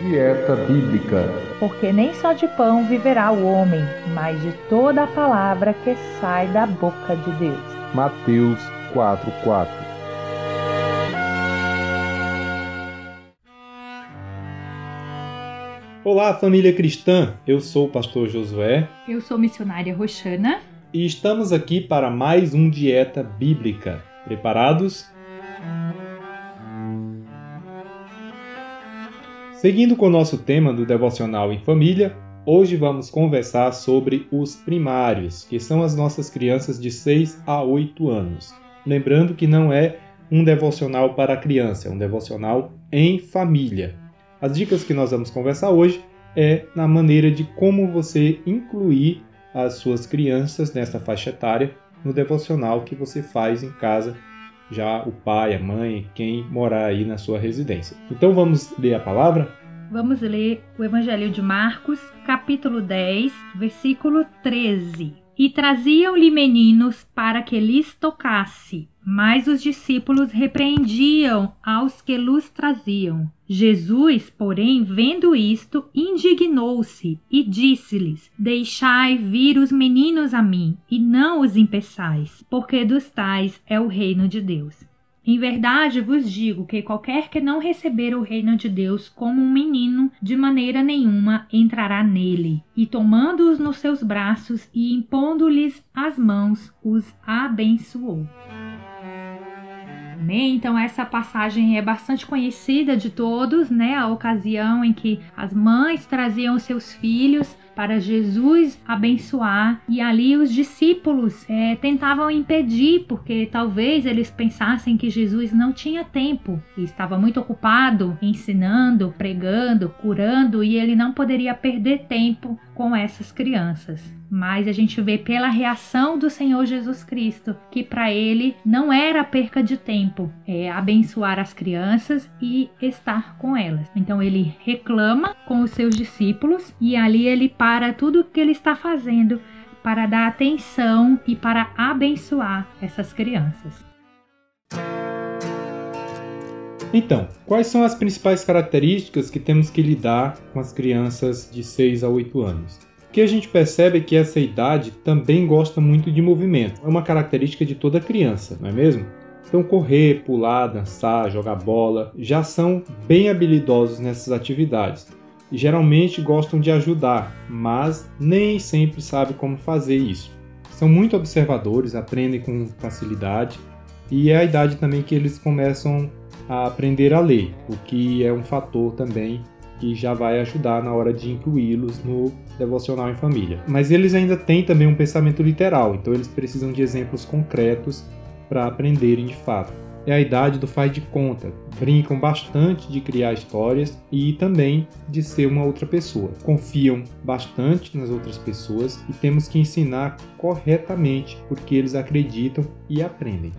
Dieta Bíblica. Porque nem só de pão viverá o homem, mas de toda a palavra que sai da boca de Deus. Mateus 4:4. Olá, família cristã! Eu sou o pastor Josué. Eu sou missionária Roxana. E estamos aqui para mais um Dieta Bíblica. Preparados? Seguindo com o nosso tema do Devocional em Família, hoje vamos conversar sobre os primários, que são as nossas crianças de 6 a 8 anos. Lembrando que não é um devocional para a criança, é um devocional em família. As dicas que nós vamos conversar hoje é na maneira de como você incluir as suas crianças nessa faixa etária no devocional que você faz em casa, já o pai, a mãe, quem morar aí na sua residência. Então vamos ler a palavra? Vamos ler o Evangelho de Marcos, capítulo 10, versículo 13. E traziam-lhe meninos para que lhes tocasse, mas os discípulos repreendiam aos que lhes traziam. Jesus, porém, vendo isto, indignou-se e disse-lhes: Deixai vir os meninos a mim, e não os impeçais, porque dos tais é o reino de Deus. Em verdade vos digo que qualquer que não receber o reino de Deus como um menino, de maneira nenhuma entrará nele. E tomando-os nos seus braços e impondo-lhes as mãos, os abençoou. Amém? Então essa passagem é bastante conhecida de todos, né? A ocasião em que as mães traziam os seus filhos para Jesus abençoar, e ali os discípulos tentavam impedir, porque talvez eles pensassem que Jesus não tinha tempo e estava muito ocupado ensinando, pregando, curando, e ele não poderia perder tempo com essas crianças. Mas a gente vê pela reação do Senhor Jesus Cristo que para ele não era perca de tempo abençoar as crianças e estar com elas. Então ele reclama com os seus discípulos e ali ele para tudo o que ele está fazendo para dar atenção e para abençoar essas crianças. Então, quais são as principais características que temos que lidar com as crianças de 6 a 8 anos? O que a gente percebe é que essa idade também gosta muito de movimento. É uma característica de toda criança, não é mesmo? Então correr, pular, dançar, jogar bola, já são bem habilidosos nessas atividades. E geralmente gostam de ajudar, mas nem sempre sabem como fazer isso. São muito observadores, aprendem com facilidade e é a idade também que eles começam a aprender a ler, o que é um fator também que já vai ajudar na hora de incluí-los no devocional em família. Mas eles ainda têm também um pensamento literal, então eles precisam de exemplos concretos para aprenderem de fato. É a idade do faz de conta, brincam bastante de criar histórias e também de ser uma outra pessoa. Confiam bastante nas outras pessoas e temos que ensinar corretamente porque eles acreditam e aprendem.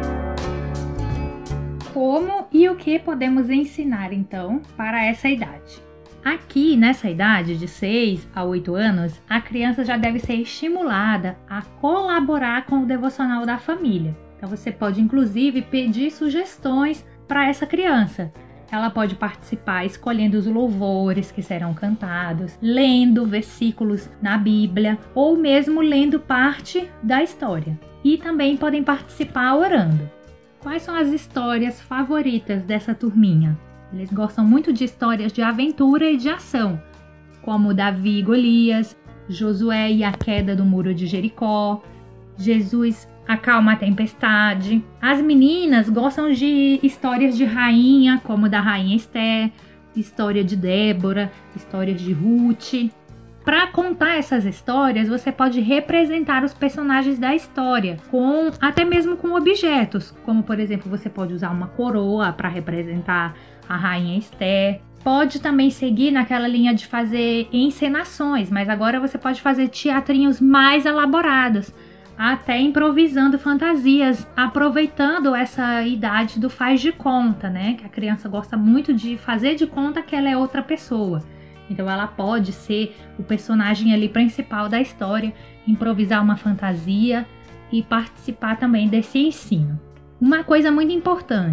Como e o que podemos ensinar, então, para essa idade? Aqui, nessa idade de 6 a 8 anos, a criança já deve ser estimulada a colaborar com o devocional da família. Então, você pode, inclusive, pedir sugestões para essa criança. Ela pode participar escolhendo os louvores que serão cantados, lendo versículos na Bíblia ou mesmo lendo parte da história. E também podem participar orando. Quais são as histórias favoritas dessa turminha? Eles gostam muito de histórias de aventura e de ação, como Davi e Golias, Josué e a queda do muro de Jericó, Jesus acalma a tempestade. As meninas gostam de histórias de rainha, como da rainha Esther, história de Débora, histórias de Ruth. Para contar essas histórias, você pode representar os personagens da história, até mesmo com objetos, como por exemplo, você pode usar uma coroa para representar a rainha Esther. Pode também seguir naquela linha de fazer encenações, mas agora você pode fazer teatrinhos mais elaborados, até improvisando fantasias, aproveitando essa idade do faz de conta, né? Que a criança gosta muito de fazer de conta que ela é outra pessoa. Então ela pode ser o personagem ali principal da história, improvisar uma fantasia e participar também desse ensino. Uma coisa muito importante,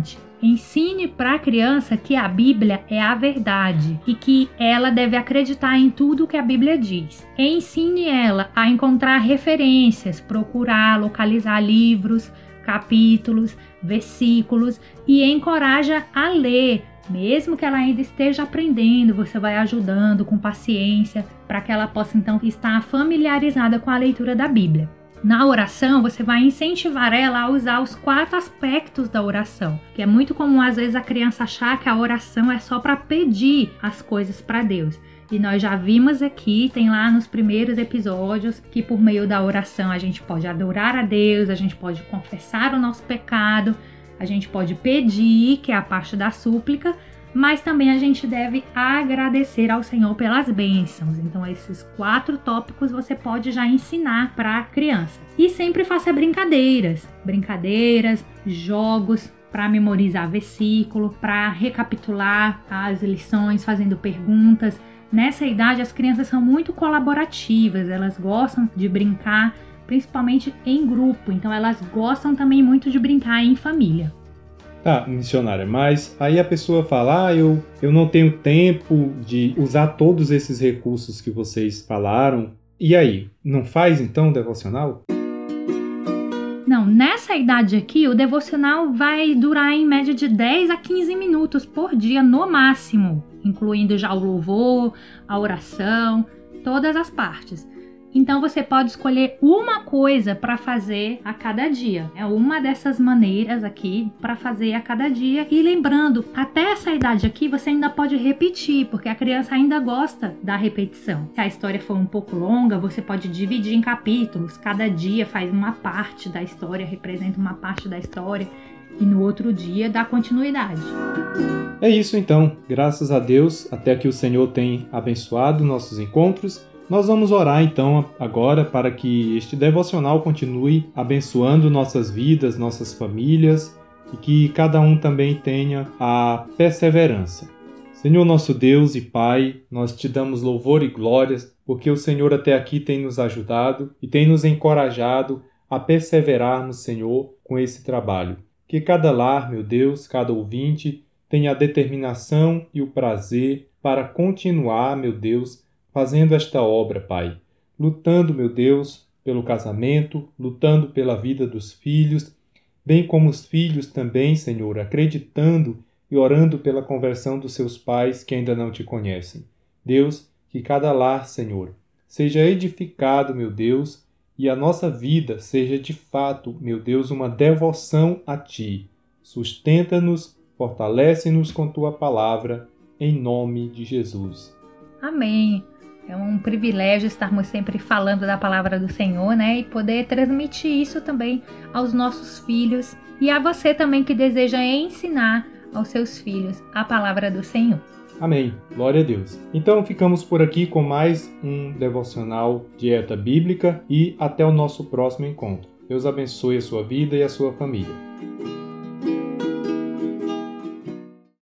Ensine para a criança que a Bíblia é a verdade e que ela deve acreditar em tudo que a Bíblia diz. Ensine ela a encontrar referências, procurar, localizar livros, capítulos, versículos e encoraja a ler. Mesmo que ela ainda esteja aprendendo, você vai ajudando com paciência para que ela possa então estar familiarizada com a leitura da Bíblia. Na oração, você vai incentivar ela a usar os 4 aspectos da oração, que é muito comum às vezes a criança achar que a oração é só para pedir as coisas para Deus. E nós já vimos aqui, tem lá nos primeiros episódios, que por meio da oração a gente pode adorar a Deus, a gente pode confessar o nosso pecado, a gente pode pedir, que é a parte da súplica, mas também a gente deve agradecer ao Senhor pelas bênçãos. Então esses 4 tópicos você pode já ensinar para a criança. E sempre faça brincadeiras, jogos para memorizar versículo, para recapitular as lições, fazendo perguntas. Nessa idade as crianças são muito colaborativas, elas gostam de brincar, principalmente em grupo, então elas gostam também muito de brincar em família. Tá, missionária, mas aí a pessoa fala, eu não tenho tempo de usar todos esses recursos que vocês falaram. E aí, não faz então o devocional? Não, nessa idade aqui o devocional vai durar em média de 10 a 15 minutos por dia no máximo, incluindo já o louvor, a oração, todas as partes. Então você pode escolher uma coisa para fazer a cada dia. É uma dessas maneiras aqui para fazer a cada dia. E lembrando, até essa idade aqui você ainda pode repetir, porque a criança ainda gosta da repetição. Se a história for um pouco longa, você pode dividir em capítulos. Cada dia faz uma parte da história, representa uma parte da história. E no outro dia dá continuidade. É isso então. Graças a Deus, até que o Senhor tem abençoado nossos encontros. Nós vamos orar então agora para que este devocional continue abençoando nossas vidas, nossas famílias e que cada um também tenha a perseverança. Senhor nosso Deus e Pai, nós te damos louvor e glórias porque o Senhor até aqui tem nos ajudado e tem nos encorajado a perseverar no Senhor com esse trabalho. Que cada lar, meu Deus, cada ouvinte tenha a determinação e o prazer para continuar, meu Deus, fazendo esta obra, Pai, lutando, meu Deus, pelo casamento, lutando pela vida dos filhos, bem como os filhos também, Senhor, acreditando e orando pela conversão dos seus pais que ainda não te conhecem. Deus, que cada lar, Senhor, seja edificado, meu Deus, e a nossa vida seja de fato, meu Deus, uma devoção a Ti. Sustenta-nos, fortalece-nos com Tua palavra, em nome de Jesus. Amém. É um privilégio estarmos sempre falando da palavra do Senhor, né? E poder transmitir isso também aos nossos filhos e a você também que deseja ensinar aos seus filhos a palavra do Senhor. Amém. Glória a Deus. Então ficamos por aqui com mais um devocional Dieta Bíblica e até o nosso próximo encontro. Deus abençoe a sua vida e a sua família.